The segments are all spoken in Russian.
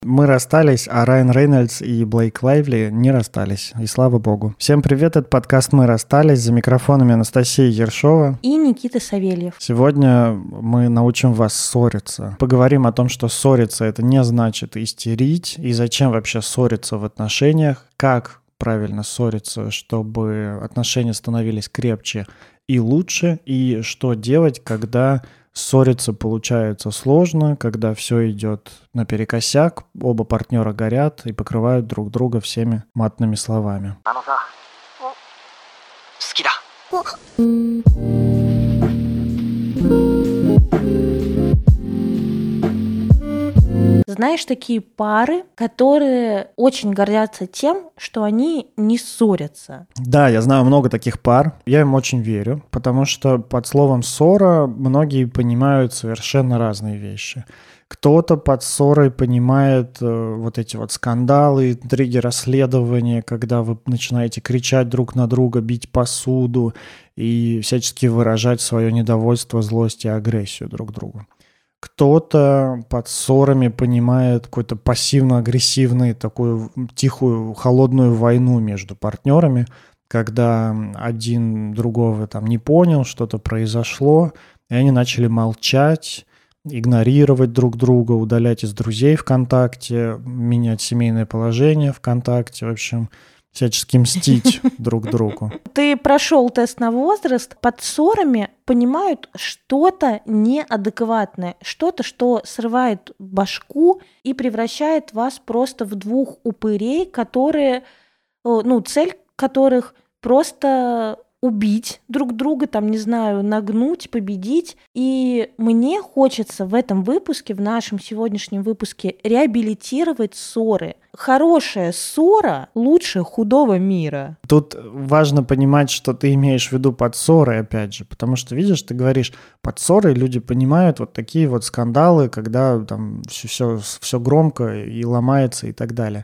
Мы расстались, а Райан Рейнольдс и Блейк Лайвли не расстались. И слава богу. Всем привет, это подкаст «Мы расстались». За микрофонами Анастасия Ершова и Никита Савельев. Сегодня мы научим вас ссориться. Поговорим о том, что ссориться — это не значит истерить, и зачем вообще ссориться в отношениях, как правильно ссориться, чтобы отношения становились крепче и лучше, и что делать, когда ссориться получается сложно, когда все идет наперекосяк, оба партнера горят и покрывают друг друга всеми матными словами. Знаешь, такие пары, которые очень гордятся тем, что они не ссорятся. Да, я знаю много таких пар, я им очень верю, потому что под словом «ссора» многие понимают совершенно разные вещи. Кто-то под ссорой понимает вот эти вот скандалы, интриги, расследования, когда вы начинаете кричать друг на друга, бить посуду и всячески выражать свое недовольство, злость и агрессию друг другу. Кто-то под ссорами понимает какую-то пассивно-агрессивную, такую тихую, холодную войну между партнерами, когда один другого там не понял, что-то произошло, и они начали молчать, игнорировать друг друга, удалять из друзей ВКонтакте, менять семейное положение ВКонтакте, в общем, всячески мстить друг другу. Ты прошел тест на возраст, под ссорами понимают что-то неадекватное, что-то, что срывает башку и превращает вас просто в двух упырей, которые, цель которых просто убить друг друга, там, не знаю, нагнуть, победить. И мне хочется в этом выпуске, в нашем сегодняшнем выпуске, реабилитировать ссоры. Хорошая ссора лучше худого мира. Тут важно понимать, что ты имеешь в виду под ссорой, опять же, потому что, видишь, ты говоришь, под ссорой люди понимают вот такие вот скандалы, когда там все громко и ломается и так далее.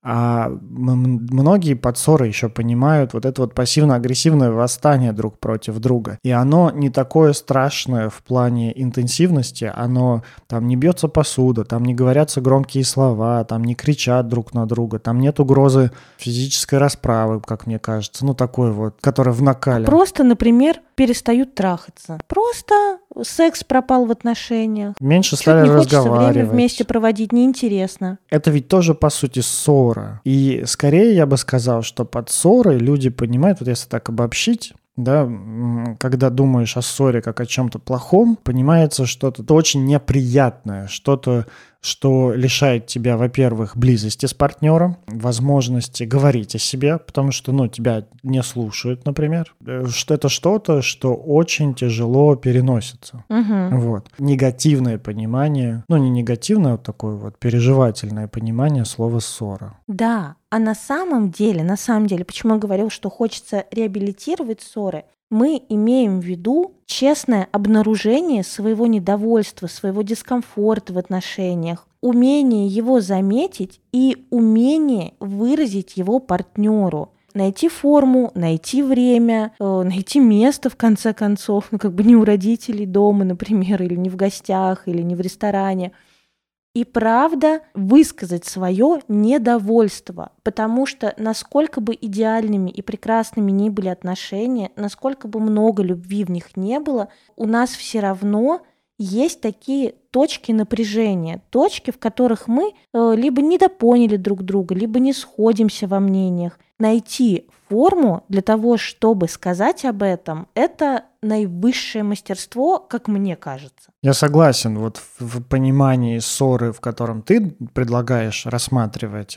А многие под ссорой еще понимают вот это вот пассивно-агрессивное восстание друг против друга. И оно не такое страшное в плане интенсивности, оно там не бьется посуда, там не говорятся громкие слова, там не кричат друг на друга, там нет угрозы физической расправы, как мне кажется, такой вот, которая в накале. Просто, например, перестают трахаться. Просто секс пропал в отношениях. Меньше стали разговаривать. Не хочется время вместе проводить, неинтересно. Это ведь тоже, по сути, ссора. И скорее я бы сказал, что под ссорой люди понимают, вот если так обобщить, да, когда думаешь о ссоре как о чем-то плохом, понимается что-то очень неприятное, что-то, что лишает тебя, во-первых, близости с партнером, возможности говорить о себе, потому что, тебя не слушают, например. Что это что-то, что очень тяжело переносится. Угу. Вот. Негативное понимание, не негативное, а вот такое вот переживательное понимание слова «ссора». Да, а на самом деле, почему я говорил, что хочется реабилитировать ссоры, мы имеем в виду честное обнаружение своего недовольства, своего дискомфорта в отношениях, умение его заметить и умение выразить его партнеру. Найти форму, найти время, найти место, в конце концов, не у родителей дома, например, или не в гостях, или не в ресторане. И правда высказать свое недовольство, потому что насколько бы идеальными и прекрасными ни были отношения, насколько бы много любви в них не было, у нас все равно есть такие точки напряжения, точки, в которых мы либо недопоняли друг друга, либо не сходимся во мнениях. Найти форму для того, чтобы сказать об этом, это наивысшее мастерство, как мне кажется. Я согласен, вот в понимании ссоры, в котором ты предлагаешь рассматривать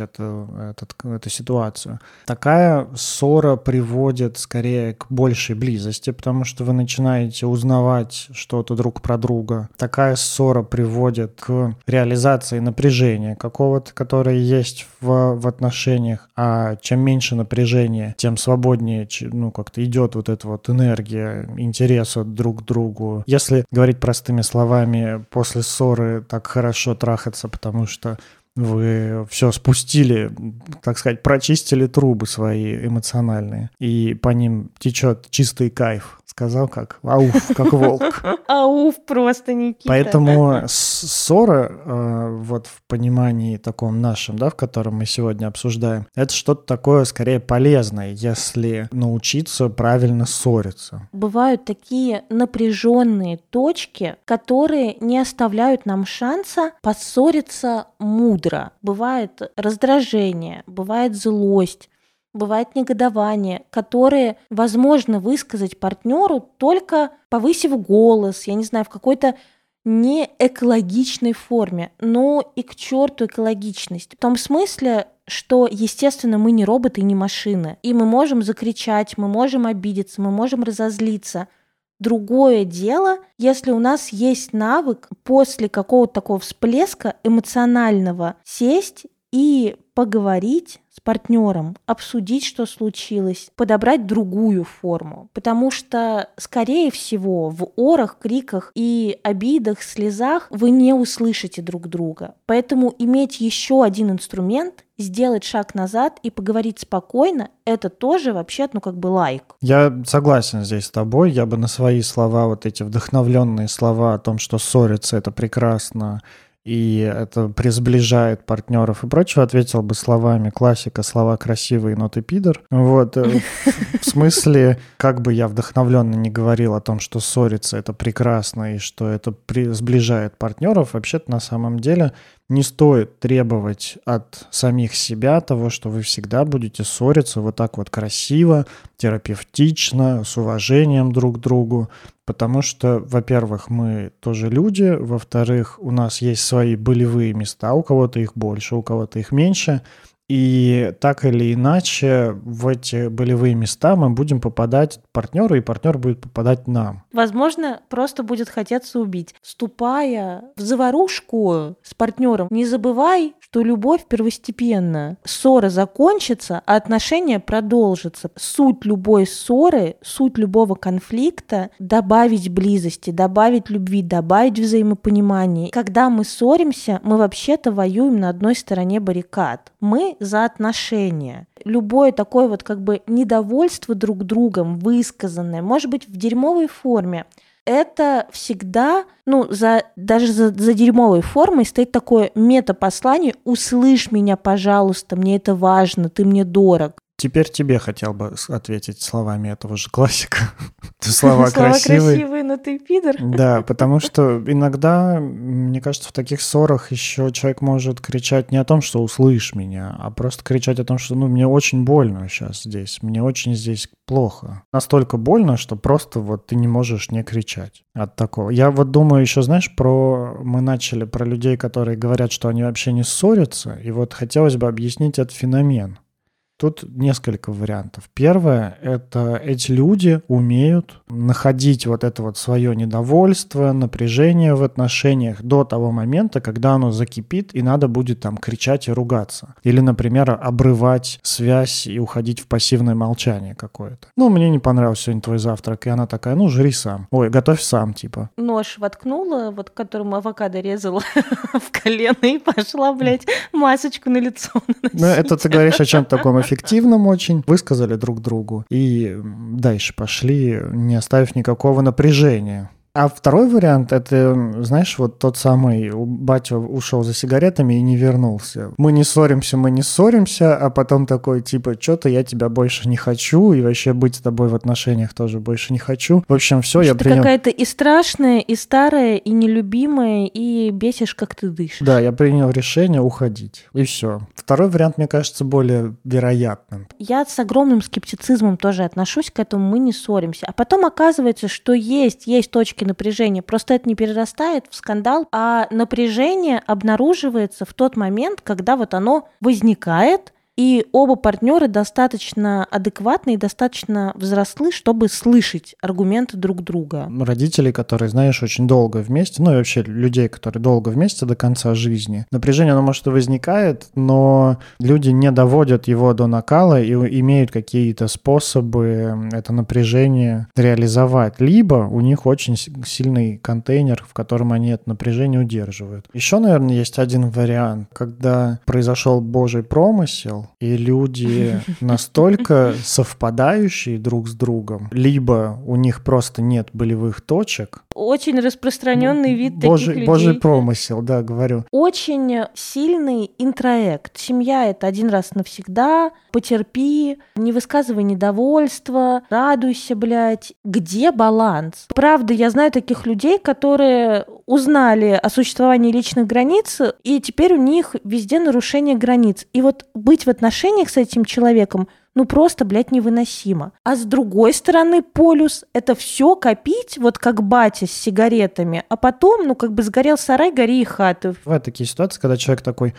эту ситуацию, такая ссора приводит скорее к большей близости, потому что вы начинаете узнавать что-то друг про друга. Такая ссора приводит к реализации напряжения какого-то, которое есть в отношениях, а чем меньше напряжения, тем свободнее как-то идет вот эта вот энергия, интереса друг к другу. Если говорить простыми словами, после ссоры так хорошо трахаться, потому что вы все спустили, так сказать, прочистили трубы свои эмоциональные, и по ним течет чистый кайф Сказал как ауф, как волк. Ауф просто, Никита. Поэтому ссора, вот в понимании таком нашем, да, в котором мы сегодня обсуждаем, это что-то такое скорее полезное, если научиться правильно ссориться. Бывают такие напряженные точки, которые не оставляют нам шанса поссориться мудро. Бывает раздражение, бывает злость, бывает негодование, которые возможно высказать партнеру только повысив голос, я не знаю, в какой-то не экологичной форме, но и к черту экологичность. В том смысле, что, естественно, мы не роботы и не машины, и мы можем закричать, мы можем обидеться, мы можем разозлиться. Другое дело, если у нас есть навык после какого-то такого всплеска эмоционального сесть и поговорить с партнером, обсудить, что случилось, подобрать другую форму. Потому что, скорее всего, в орах, криках и обидах, слезах вы не услышите друг друга. Поэтому иметь еще один инструмент, сделать шаг назад и поговорить спокойно, это тоже вообще, лайк. Я согласен здесь с тобой. Я бы на свои слова, вот эти вдохновленные слова о том, что ссориться — это прекрасно, и это сближает партнеров и прочего, ответил бы словами классика: слова красивые, но ты пидор. Вот, в смысле, как бы я вдохновленно не говорил о том, что ссориться — это прекрасно и что это сближает партнеров, вообще-то на самом деле не стоит требовать от самих себя того, что вы всегда будете ссориться вот так вот красиво, терапевтично, с уважением друг к другу, потому что, во-первых, мы тоже люди, во-вторых, у нас есть свои болевые места, у кого-то их больше, у кого-то их меньше, и так или иначе в эти болевые места мы будем попадать партнеру, и партнер будет попадать нам. Возможно, просто будет хотеться убить. Вступая в заварушку с партнером, не забывай, что любовь первостепенна. Ссора закончится, а отношения продолжатся. Суть любой ссоры, суть любого конфликта — добавить близости, добавить любви, добавить взаимопонимания. Когда мы ссоримся, мы вообще-то воюем на одной стороне баррикад. Мы за отношения. Любое такое недовольство друг другом, высказанное, может быть, в дерьмовой форме, это всегда, даже за дерьмовой формой стоит такое метапослание: «Услышь меня, пожалуйста, мне это важно, ты мне дорог». Теперь тебе хотел бы ответить словами этого же классика. Слова красивые, но ты пидор. Да, потому что иногда, мне кажется, в таких ссорах еще человек может кричать не о том, что «услышь меня», а просто кричать о том, что мне очень больно сейчас здесь, мне очень здесь плохо. Настолько больно, что просто ты не можешь не кричать от такого. Я думаю еще, знаешь, мы начали про людей, которые говорят, что они вообще не ссорятся, и хотелось бы объяснить этот феномен. Тут несколько вариантов. Первое — это эти люди умеют находить это свое недовольство, напряжение в отношениях до того момента, когда оно закипит и надо будет кричать и ругаться. Или, например, обрывать связь и уходить в пассивное молчание какое-то. Мне не понравился сегодня твой завтрак, и она такая: жри сам. Ой, готовь сам, типа. Нож воткнула, которым авокадо резала, в колено и пошла, масочку на лицо наносить. Это ты говоришь о чем-то таком эффективном очень. Высказали друг другу и дальше пошли, не оставив никакого напряжения. А второй вариант — это, знаешь, тот самый: батя ушел за сигаретами и не вернулся. Мы не ссоримся, а потом такой, типа: что-то я тебя больше не хочу, и вообще быть с тобой в отношениях тоже больше не хочу. В общем, все, я принял... Ты какая-то и страшная, и старая, и нелюбимая, и бесишь, как ты дышишь. Да, я принял решение уходить, и все. Второй вариант, мне кажется, более вероятным. Я с огромным скептицизмом тоже отношусь к этому: мы не ссоримся. А потом оказывается, что есть точки напряжения, просто это не перерастает в скандал, а напряжение обнаруживается в тот момент, когда оно возникает, и оба партнера достаточно адекватны и достаточно взрослы, чтобы слышать аргументы друг друга. Родители, которые, знаешь, очень долго вместе, и вообще людей, которые долго вместе до конца жизни, напряжение, оно, может, и возникает, но люди не доводят его до накала и имеют какие-то способы это напряжение реализовать. Либо у них очень сильный контейнер, в котором они это напряжение удерживают. Еще, наверное, есть один вариант, когда произошел Божий промысел, И люди настолько совпадающие друг с другом, либо у них просто нет болевых точек. Очень распространенный вид таких людей. Божий промысел, да, говорю. Очень сильный интроект. Семья — это один раз навсегда, потерпи, не высказывай недовольства, радуйся, блядь. Где баланс? Правда, я знаю таких людей, которые узнали о существовании личных границ, и теперь у них везде нарушение границ. И вот быть в отношениях с этим человеком просто, блядь, невыносимо. А с другой стороны, полюс — это все копить, вот как батя с сигаретами, а потом, сгорел сарай, гори и хаты. Бывают такие ситуации, когда человек такой,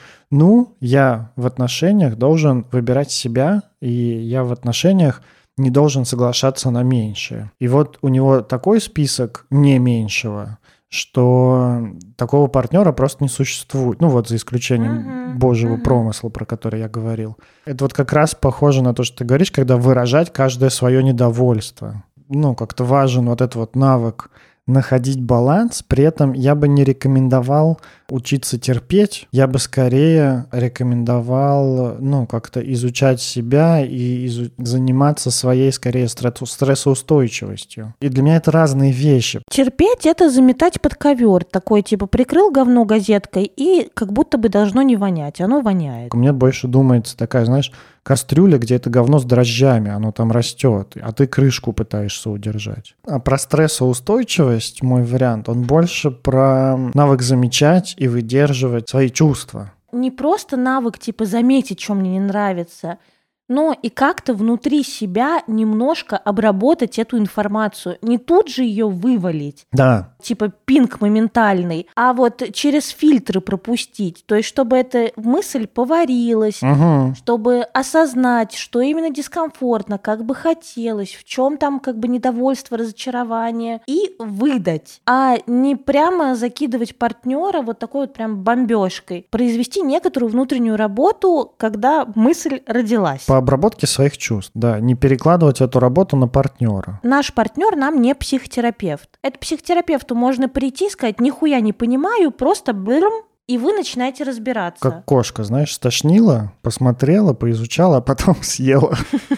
я в отношениях должен выбирать себя, и я в отношениях не должен соглашаться на меньшее. И вот у него такой список не меньшего, что такого партнера просто не существует. За исключением Божьего промысла, про который я говорил. Это вот как раз похоже на то, что ты говоришь, когда выражать каждое свое недовольство. Как-то важен вот этот вот навык находить баланс. При этом я бы не рекомендовал учиться терпеть. Я бы скорее рекомендовал, как-то изучать себя и заниматься своей, скорее, стрессоустойчивостью. И для меня это разные вещи. Терпеть — это заметать под ковер. Такой, прикрыл говно газеткой, и как будто бы должно не вонять. Оно воняет. Мне больше думается такая, кастрюля, где это говно с дрожжами, оно там растет, а ты крышку пытаешься удержать. А про стрессоустойчивость, мой вариант, он больше про навык замечать и выдерживать свои чувства. Не просто навык, заметить, что мне не нравится, но и как-то внутри себя немножко обработать эту информацию. Не тут же ее вывалить. Да. Пинг моментальный, а вот через фильтры пропустить. То есть, чтобы эта мысль поварилась, чтобы осознать, что именно дискомфортно, как бы хотелось, в чем там недовольство, разочарование, и выдать. А не прямо закидывать партнера вот такой вот прям бомбежкой. Произвести некоторую внутреннюю работу, когда мысль родилась. По обработке своих чувств, да. Не перекладывать эту работу на партнера. Наш партнер нам не психотерапевт. Это психотерапевту можно прийти и сказать: нихуя не понимаю, просто блрм, и вы начинаете разбираться. Как кошка, стошнила, посмотрела, поизучала, а потом съела.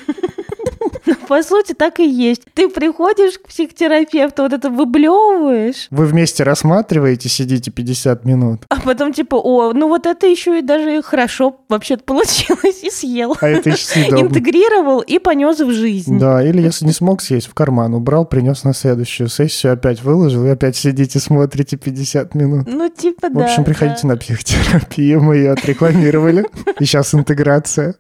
По сути, так и есть. Ты приходишь к психотерапевту, вот это выблевываешь. Вы вместе рассматриваете, сидите 50 минут. А потом вот это еще и даже хорошо вообще-то получилось, и съел. А это еще съедобно. Интегрировал и понес в жизнь. Да, или если не смог съесть, в карман убрал, принес на следующую сессию, опять выложил, и опять сидите, смотрите 50 минут. Да. В общем, приходите на психотерапию, мы ее отрекламировали. И сейчас интеграция.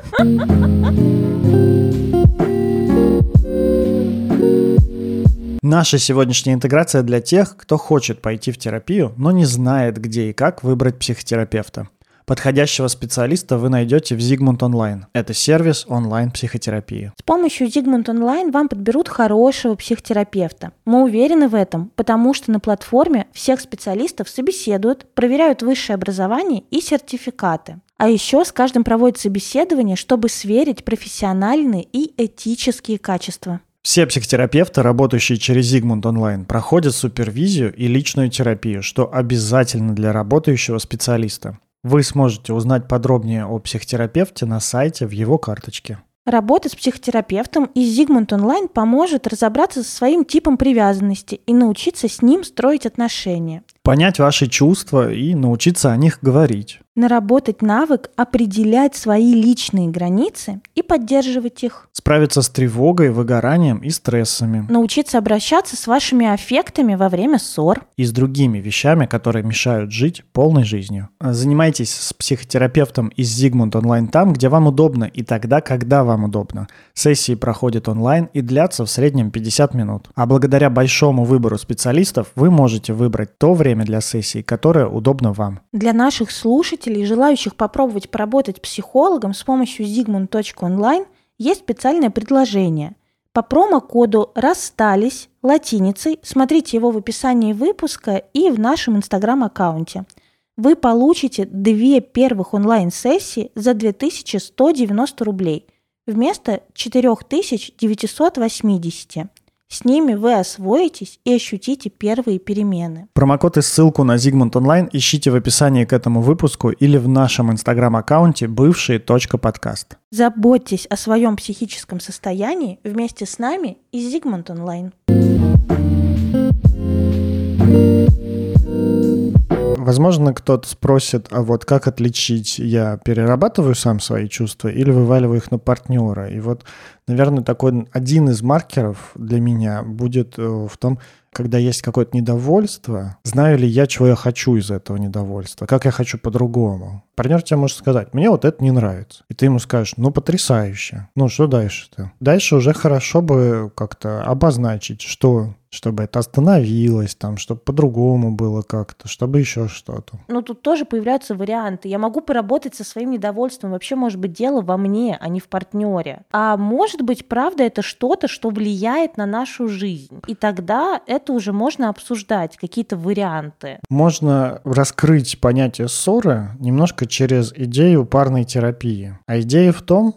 Наша сегодняшняя интеграция для тех, кто хочет пойти в терапию, но не знает, где и как выбрать психотерапевта. Подходящего специалиста вы найдете в Zigmund Online. Это сервис онлайн-психотерапии. С помощью Zigmund Online вам подберут хорошего психотерапевта. Мы уверены в этом, потому что на платформе всех специалистов собеседуют, проверяют высшее образование и сертификаты. А еще с каждым проводят собеседование, чтобы сверить профессиональные и этические качества. Все психотерапевты, работающие через Zigmund Online, проходят супервизию и личную терапию, что обязательно для работающего специалиста. Вы сможете узнать подробнее о психотерапевте на сайте в его карточке. Работа с психотерапевтом из Zigmund Online поможет разобраться со своим типом привязанности и научиться с ним строить отношения. Понять ваши чувства и научиться о них говорить. Наработать навык определять свои личные границы и поддерживать их. Справиться с тревогой, выгоранием и стрессами. Научиться обращаться с вашими аффектами во время ссор. И с другими вещами, которые мешают жить полной жизнью. Занимайтесь с психотерапевтом из Zigmund Online там, где вам удобно, и тогда, когда вам удобно. Сессии проходят онлайн и длятся в среднем 50 минут. А благодаря большому выбору специалистов вы можете выбрать то время для сессий, которое удобно вам. Для наших слушателей, желающих попробовать поработать психологом с помощью Zigmund.online, есть специальное предложение. По промокоду «Расстались» латиницей, смотрите его в описании выпуска и в нашем инстаграм-аккаунте. Вы получите 2 первых онлайн-сессии за 2190 рублей вместо 4980. С ними вы освоитесь и ощутите первые перемены. Промокод и ссылку на Zigmund Online ищите в описании к этому выпуску или в нашем инстаграм-аккаунте бывшие.подкаст. Заботьтесь о своем психическом состоянии вместе с нами и Zigmund Online. Возможно, кто-то спросит, а вот как отличить, я перерабатываю сам свои чувства или вываливаю их на партнера? И вот, наверное, такой один из маркеров для меня будет в том, когда есть какое-то недовольство, знаю ли я, чего я хочу из этого недовольства, как я хочу по-другому. Партнер тебе может сказать, мне вот это не нравится. И ты ему скажешь, ну, потрясающе. Ну, что дальше-то? Дальше уже хорошо бы как-то обозначить, что, чтобы это остановилось, там, чтобы по-другому было как-то, чтобы еще что-то. Но тут тоже появляются варианты. Я могу поработать со своим недовольством. Вообще, может быть, дело во мне, а не в партнере. А может быть, правда, это что-то, что влияет на нашу жизнь. И тогда это уже можно обсуждать, какие-то варианты. Можно раскрыть понятие ссоры немножко через идею парной терапии. А идея в том,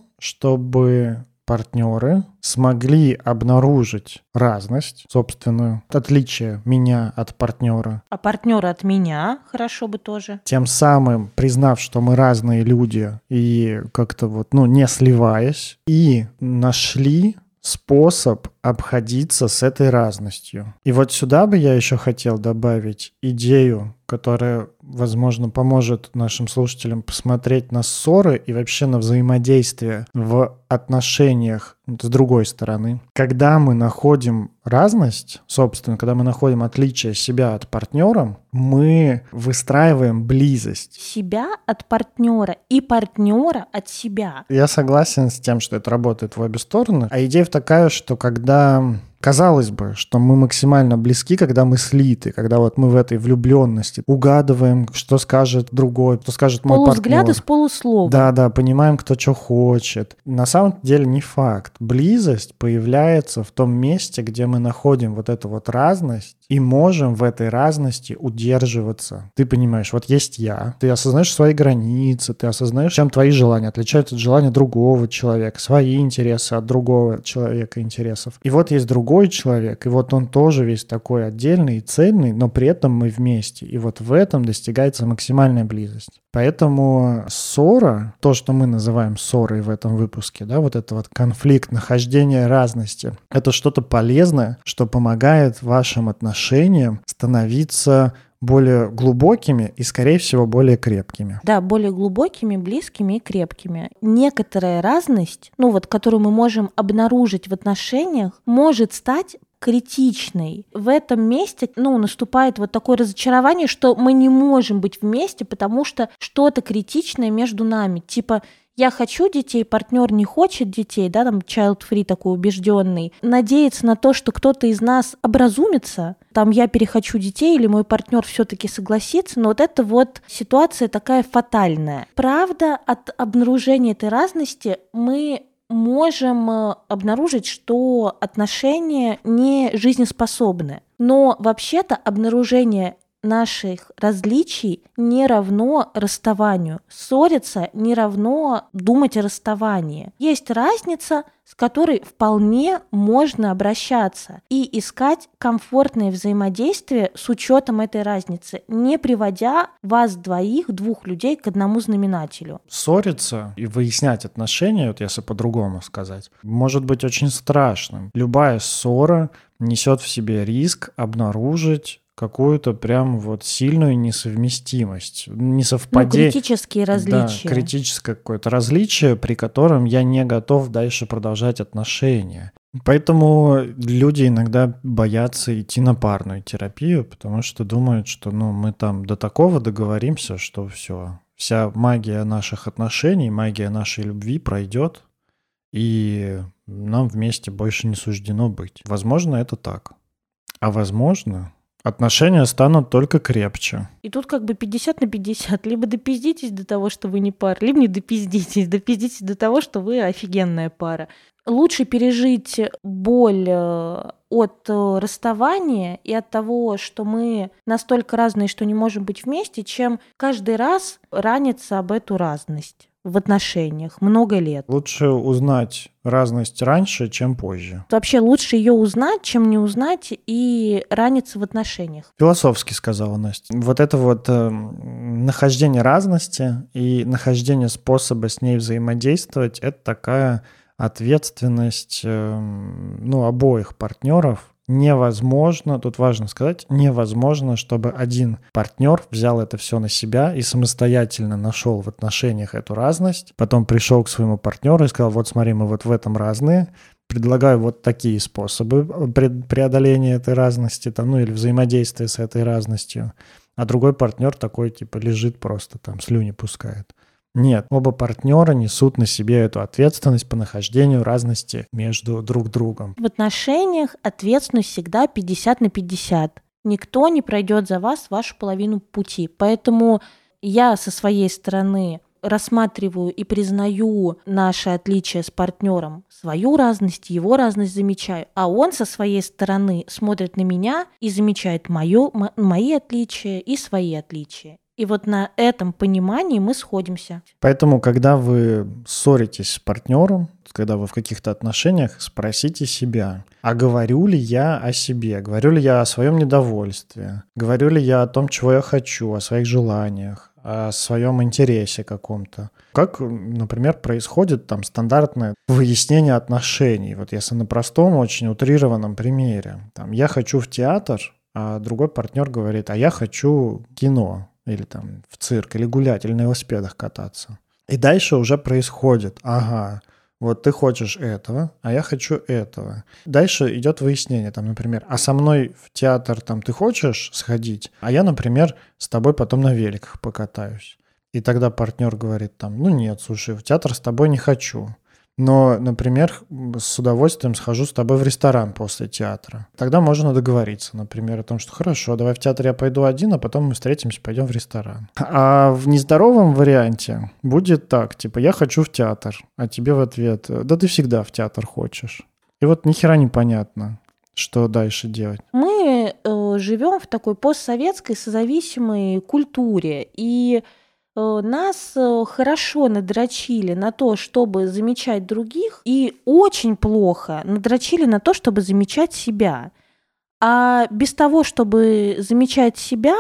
чтобы партнеры смогли обнаружить разность собственную, отличие меня от партнера. А партнера от меня хорошо бы тоже. Тем самым признав, что мы разные люди и как-то вот, не сливаясь, и нашли способ обходиться с этой разностью. И вот сюда бы я еще хотел добавить идею, которая, возможно, поможет нашим слушателям посмотреть на ссоры и вообще на взаимодействие в отношениях с другой стороны. Когда мы находим разность, собственно, когда мы находим отличие себя от партнера, мы выстраиваем близость. Себя от партнера и партнера от себя. Я согласен с тем, что это работает в обе стороны. А идея такая, что когда... Казалось бы, что мы максимально близки, когда мы слиты, когда вот мы в этой влюбленности угадываем, что скажет другой, что скажет мой партнер. Полувзгляды с полуслова. Да, понимаем, кто что хочет. На самом деле не факт. Близость появляется в том месте, где мы находим вот эту вот разность и можем в этой разности удерживаться. Ты понимаешь, вот есть я, ты осознаешь свои границы, ты осознаешь, чем твои желания отличаются от желания другого человека, свои интересы от другого человека интересов. И вот есть другой человек, и вот он тоже весь такой отдельный и цельный, но при этом мы вместе. И вот в этом достигается максимальная близость. Поэтому ссора, то, что мы называем ссорой в этом выпуске, да, вот это вот конфликт, нахождение разности, это что-то полезное, что помогает вашим отношениям становиться более глубокими и, скорее всего, более крепкими. Да, более глубокими, близкими и крепкими. Некоторая разность, которую мы можем обнаружить в отношениях, может стать критичной. В этом месте, наступает вот такое разочарование, что мы не можем быть вместе, потому что что-то критичное между нами. Типа, я хочу детей, партнер не хочет детей, да, там child-free такой убежденный, надеяться на то, что кто-то из нас образумится, там я перехочу детей или мой партнер все-таки согласится, но вот эта вот ситуация такая фатальная. Правда, от обнаружения этой разности мы можем обнаружить, что отношения не жизнеспособны. Но вообще-то обнаружение наших различий не равно расставанию. Ссориться не равно думать о расставании. Есть разница, с которой вполне можно обращаться и искать комфортное взаимодействие с учетом этой разницы, не приводя вас двух людей к одному знаменателю. Ссориться и выяснять отношения, вот если по-другому сказать, может быть очень страшным. Любая ссора несет в себе риск обнаружить какую-то прям вот сильную несовместимость, несовпадение. Критические различия. Да, критическое какое-то различие, при котором я не готов дальше продолжать отношения. Поэтому люди иногда боятся идти на парную терапию, потому что думают, что мы там до такого договоримся, что все, вся магия наших отношений, магия нашей любви пройдет, и нам вместе больше не суждено быть. Возможно, это так. А возможно, отношения станут только крепче. И тут 50/50. Либо допиздитесь до того, что вы не пара, либо не допиздитесь. Допиздитесь до того, что вы офигенная пара. Лучше пережить боль от расставания и от того, что мы настолько разные, что не можем быть вместе, чем каждый раз раниться об эту разность. в отношениях много лет. Лучше узнать разность раньше, чем позже. Вообще лучше ее узнать, чем не узнать и раниться в отношениях. Философски сказала Настя. Вот это вот нахождение разности и нахождение способа с ней взаимодействовать, это такая ответственность обоих партнеров. Невозможно, тут важно сказать, невозможно, чтобы один партнер взял это все на себя и самостоятельно нашел в отношениях эту разность, потом пришел к своему партнеру и сказал: вот смотри, мы вот в этом разные, предлагаю вот такие способы преодоления этой разности, или взаимодействия с этой разностью, а другой партнер такой лежит просто слюни пускает. Нет, оба партнера несут на себе эту ответственность по нахождению разности между друг другом. В отношениях ответственность всегда 50/50. Никто не пройдет за вас вашу половину пути. Поэтому я со своей стороны рассматриваю и признаю наше отличие с партнером, свою разность, его разность замечаю, а он со своей стороны смотрит на меня и замечает мои отличия и свои отличия. И вот на этом понимании мы сходимся. Поэтому, когда вы ссоритесь с партнером, когда вы в каких-то отношениях, спросите себя: а говорю ли я о себе? Говорю ли я о своем недовольстве? Говорю ли я о том, чего я хочу, о своих желаниях, о своем интересе каком-то? Как, например, происходит стандартное выяснение отношений? Вот если на простом, очень утрированном примере. Я хочу в театр, а другой партнер говорит: а я хочу кино. Или в цирк, или гулять, или на велосипедах кататься. И дальше уже происходит: ага, вот ты хочешь этого, а я хочу этого. Дальше идет выяснение, например: а со мной в театр ты хочешь сходить, а я, например, с тобой потом на великах покатаюсь. И тогда партнер говорит нет, слушай, в театр с тобой не хочу. Но, например, с удовольствием схожу с тобой в ресторан после театра. Тогда можно договориться, например, о том, что хорошо, давай в театр я пойду один, а потом мы встретимся, пойдем в ресторан. А в нездоровом варианте будет так, я хочу в театр, а тебе в ответ: да ты всегда в театр хочешь. И вот ни хера непонятно, что дальше делать. Мы живем в такой постсоветской созависимой культуре, и нас хорошо надрочили на то, чтобы замечать других, и очень плохо надрочили на то, чтобы замечать себя. А без того, чтобы замечать себя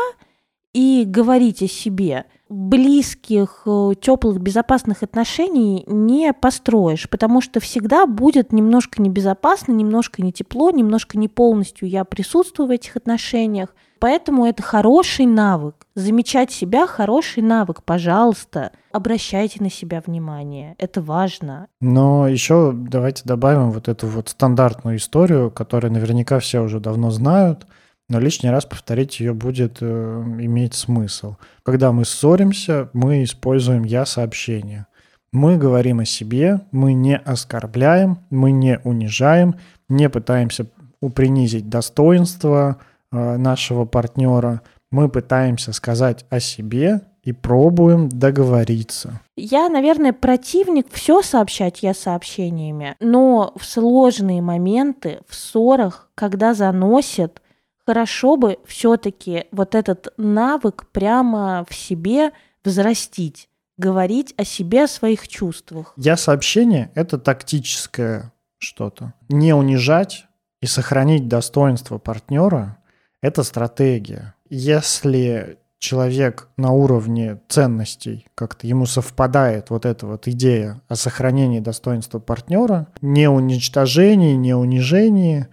и говорить о себе, близких, теплых, безопасных отношений не построишь, потому что всегда будет немножко небезопасно, немножко не тепло, немножко не полностью я присутствую в этих отношениях. Поэтому это хороший навык. Замечать себя – хороший навык. Пожалуйста, обращайте на себя внимание. Это важно. Но еще давайте добавим вот эту вот стандартную историю, которую наверняка все уже давно знают, но лишний раз повторить ее будет иметь смысл. Когда мы ссоримся, мы используем «я-сообщение». Мы говорим о себе, мы не оскорбляем, мы не унижаем, не пытаемся принизить достоинство нашего партнера. Мы пытаемся сказать о себе и пробуем договориться. Я, наверное, противник все сообщать я-сообщениями, но в сложные моменты, в ссорах, когда заносит, хорошо бы все-таки вот этот навык прямо в себе взрастить, говорить о себе, о своих чувствах. Я-сообщение – это тактическое что-то. Не унижать и сохранить достоинство партнера – это стратегия. Если человек на уровне ценностей, как-то ему совпадает вот эта вот идея о сохранении достоинства партнера, не уничтожении, не унижении,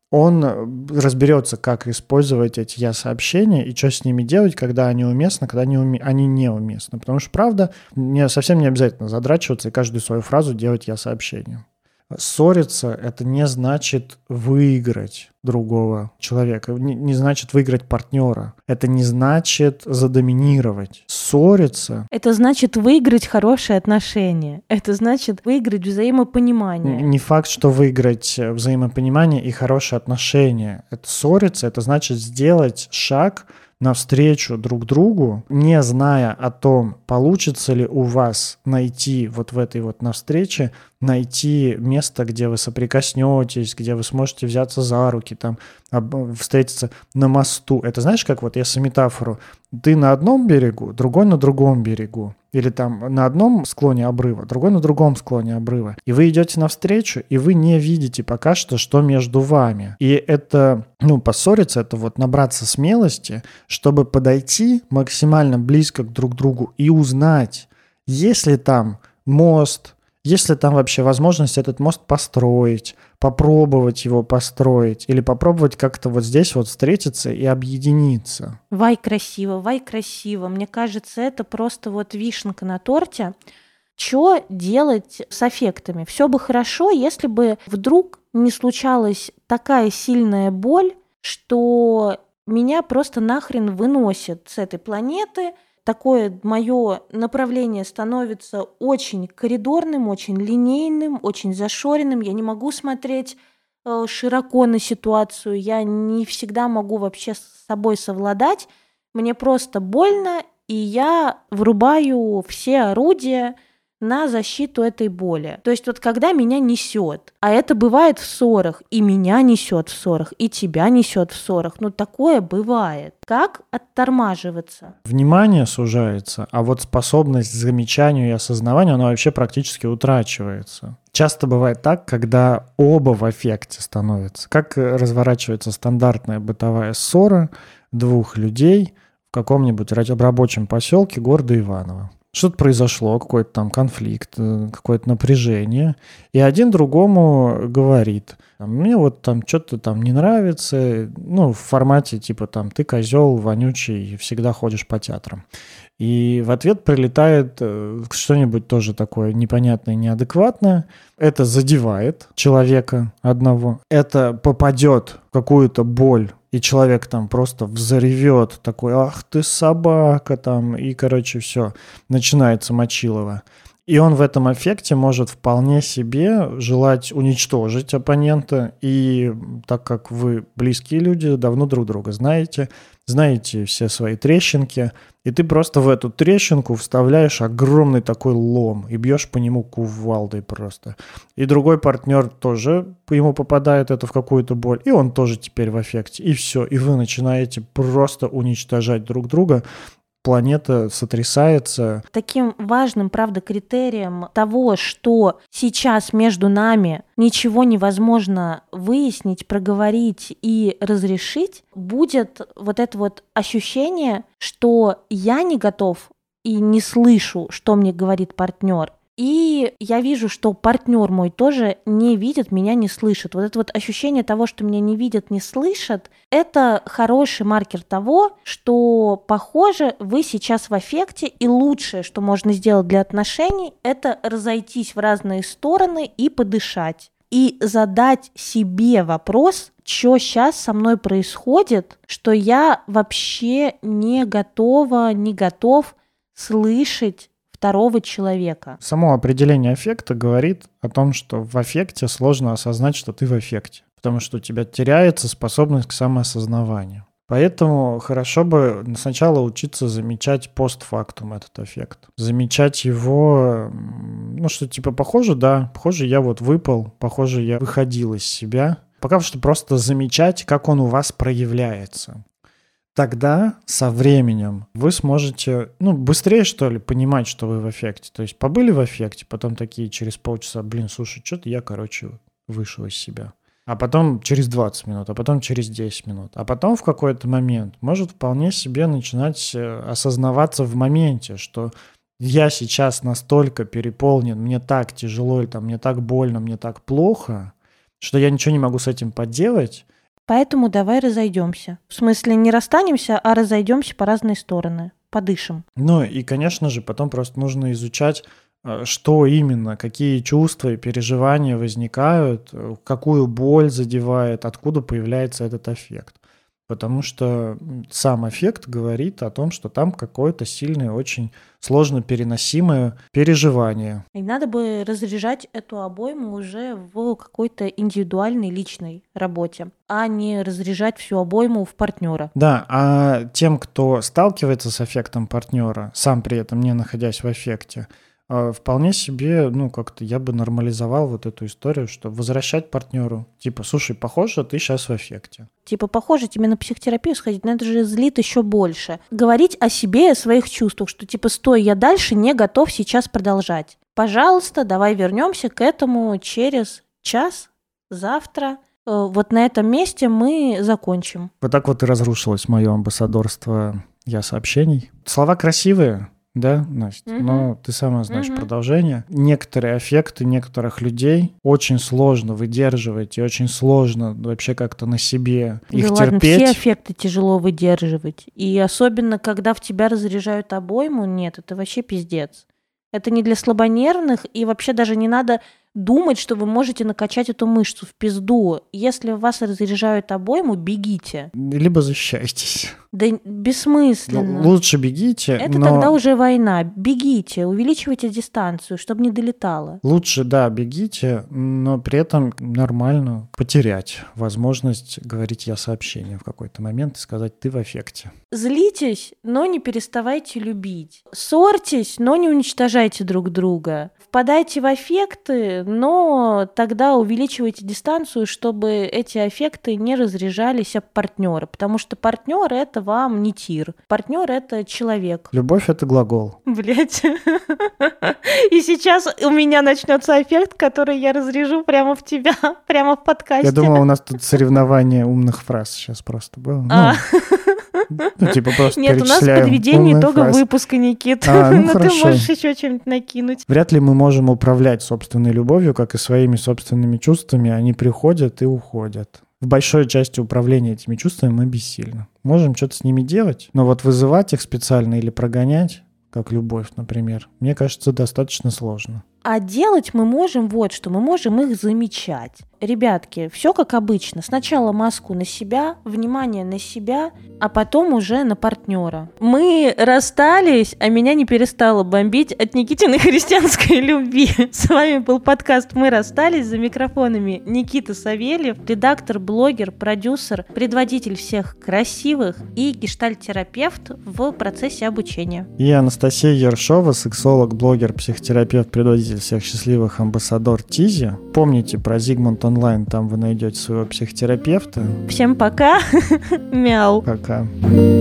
он разберется, как использовать эти я-сообщения и что с ними делать, когда они уместны, когда они неуместны. Потому что, правда, совсем не обязательно задрачиваться и каждую свою фразу делать я-сообщением. Ссориться – это не значит выиграть другого человека, не значит выиграть партнера, это не значит задоминировать. Ссориться – это значит выиграть хорошие отношения, это значит выиграть взаимопонимание. Не факт, что выиграть взаимопонимание и хорошие отношения. Это ссориться – это значит сделать шаг навстречу друг другу, не зная о том, получится ли у вас найти вот в этой вот навстрече, найти место, где вы соприкоснетесь, где вы сможете взяться за руки, встретиться на мосту. Это знаешь, как вот если метафору, ты на одном берегу, другой на другом берегу. или там на одном склоне обрыва, другой на другом склоне обрыва. И вы идете навстречу, и вы не видите пока что между вами. И это, поссориться, это вот набраться смелости, чтобы подойти максимально близко друг к другу и узнать, есть ли там мост, есть ли там вообще возможность этот мост построить, попробовать его построить или попробовать как-то вот здесь вот встретиться и объединиться. Вай, красиво, вай, красиво. Мне кажется, это просто вот вишенка на торте. Что делать с аффектами? Все бы хорошо, если бы вдруг не случалась такая сильная боль, что меня просто нахрен выносит с этой планеты. Такое мое направление становится очень коридорным, очень линейным, очень зашоренным. Я не могу смотреть широко на ситуацию, я не всегда могу вообще с собой совладать. Мне просто больно, и я врубаю все орудия на защиту этой боли. То есть вот когда меня несет, а это бывает в ссорах, и меня несет в ссорах, и тебя несет в ссорах, такое бывает. Как оттормаживаться? Внимание сужается, а вот способность к замечанию и осознаванию, она вообще практически утрачивается. Часто бывает так, когда оба в аффекте становятся. Как разворачивается стандартная бытовая ссора двух людей в каком-нибудь рабочем поселке города Иваново. Что-то произошло, какой-то там конфликт, какое-то напряжение, и один другому говорит: мне вот там что-то там не нравится, в формате типа там ты козел вонючий, всегда ходишь по театрам. И в ответ прилетает что-нибудь тоже такое непонятное, неадекватное. Это задевает человека одного, это попадет в какую-то боль, и человек там просто взоревет, такой: ах ты собака там, и, все, начинается мочилово. И он в этом аффекте может вполне себе желать уничтожить оппонента, и так как вы близкие люди, давно друг друга знаете все свои трещинки, и ты просто в эту трещинку вставляешь огромный такой лом и бьешь по нему кувалдой просто. И другой партнер тоже, ему попадает это в какую-то боль, и он тоже теперь в аффекте. И все, и вы начинаете просто уничтожать друг друга. Планета сотрясается. Таким важным, правда, критерием того, что сейчас между нами ничего невозможно выяснить, проговорить и разрешить, будет вот это вот ощущение, что я не готов и не слышу, что мне говорит партнер. И я вижу, что партнер мой тоже не видит, меня не слышит. Вот это вот ощущение того, что меня не видят, не слышат, это хороший маркер того, что, похоже, вы сейчас в аффекте, и лучшее, что можно сделать для отношений, это разойтись в разные стороны и подышать. И задать себе вопрос, что сейчас со мной происходит, что я вообще не готов слышать второго человека. Само определение аффекта говорит о том, что в аффекте сложно осознать, что ты в аффекте, потому что у тебя теряется способность к самоосознаванию. Поэтому хорошо бы сначала учиться замечать постфактум этот аффект. Замечать его, что типа похоже я вот выпал, похоже я выходил из себя. Пока что просто замечать, как он у вас проявляется. Тогда со временем вы сможете, быстрее, что ли, понимать, что вы в аффекте. То есть побыли в аффекте, потом такие через полчаса: слушай, что-то я, вышел из себя. А потом через 20 минут, а потом через 10 минут. А потом в какой-то момент может вполне себе начинать осознаваться в моменте, что я сейчас настолько переполнен, мне так тяжело, или мне так больно, мне так плохо, что я ничего не могу с этим поделать. Поэтому давай разойдемся. В смысле, не расстанемся, а разойдемся по разные стороны. Подышим. И, конечно же, потом просто нужно изучать, что именно, какие чувства и переживания возникают, какую боль задевает, откуда появляется этот аффект. Потому что сам аффект говорит о том, что там какое-то сильное, очень сложно переносимое переживание. И надо бы разряжать эту обойму уже в какой-то индивидуальной личной работе, а не разряжать всю обойму в партнера. Да, а тем, кто сталкивается с аффектом партнера, сам при этом не находясь в аффекте, вполне себе, как-то я бы нормализовал вот эту историю, что возвращать партнеру. Типа, слушай, похоже, ты сейчас в аффекте. Типа, похоже, тебе на психотерапию сходить, но это же злит еще больше. Говорить о себе и о своих чувствах, что типа, стой, я дальше не готов сейчас продолжать. Пожалуйста, давай вернемся к этому через час, завтра. Вот на этом месте мы закончим. Вот так вот и разрушилось мое амбассадорство «Я сообщений». Слова красивые, да, Настя? Но ты сама знаешь продолжение. Некоторые аффекты некоторых людей очень сложно выдерживать и очень сложно вообще как-то на себе их терпеть. Все аффекты тяжело выдерживать. И особенно, когда в тебя разряжают обойму, нет, это вообще пиздец. Это не для слабонервных, и вообще даже не надо думать, что вы можете накачать эту мышцу в пизду. Если вас разряжают обойму, бегите. Либо защищайтесь. Да бессмысленно. Лучше бегите, это тогда уже война. Бегите, увеличивайте дистанцию, чтобы не долетало. Лучше, да, бегите, но при этом нормально потерять возможность говорить «я сообщение» в какой-то момент и сказать «ты в аффекте». Злитесь, но не переставайте любить. Ссорьтесь, но не уничтожайте друг друга. Впадайте в аффекты, но тогда увеличивайте дистанцию, чтобы эти аффекты не разряжались об партнера, потому что партнер это вам не тир, партнер это человек. Любовь это глагол. Блять. И сейчас у меня начнется аффект, который я разряжу прямо в тебя, прямо в подкасте. Я думал, у нас тут соревнование умных фраз сейчас просто было. Типа просто нет, у нас подведение итога выпуска, Никита. Но ты можешь еще что-нибудь накинуть. Вряд ли мы можем управлять собственной любовью, как и своими собственными чувствами. Они приходят и уходят. В большой части управления этими чувствами мы бессильны. Можем что-то с ними делать, но вот вызывать их специально или прогонять, как любовь, например, мне кажется, достаточно сложно. А делать мы можем вот что, мы можем их замечать. Ребятки, все как обычно. Сначала маску на себя, внимание на себя, а потом уже на партнера. Мы расстались, а меня не перестало бомбить от Никитиной христианской любви. С вами был подкаст «Мы расстались», за микрофонами Никита Савельев, редактор, блогер, продюсер, предводитель всех красивых и гештальт-терапевт в процессе обучения. И Анастасия Ершова, сексолог, блогер, психотерапевт, предводитель всех счастливых, амбассадор ТИЗи. Помните про Зигмунд онлайн, там вы найдете своего психотерапевта. Всем пока. Мяу. Пока.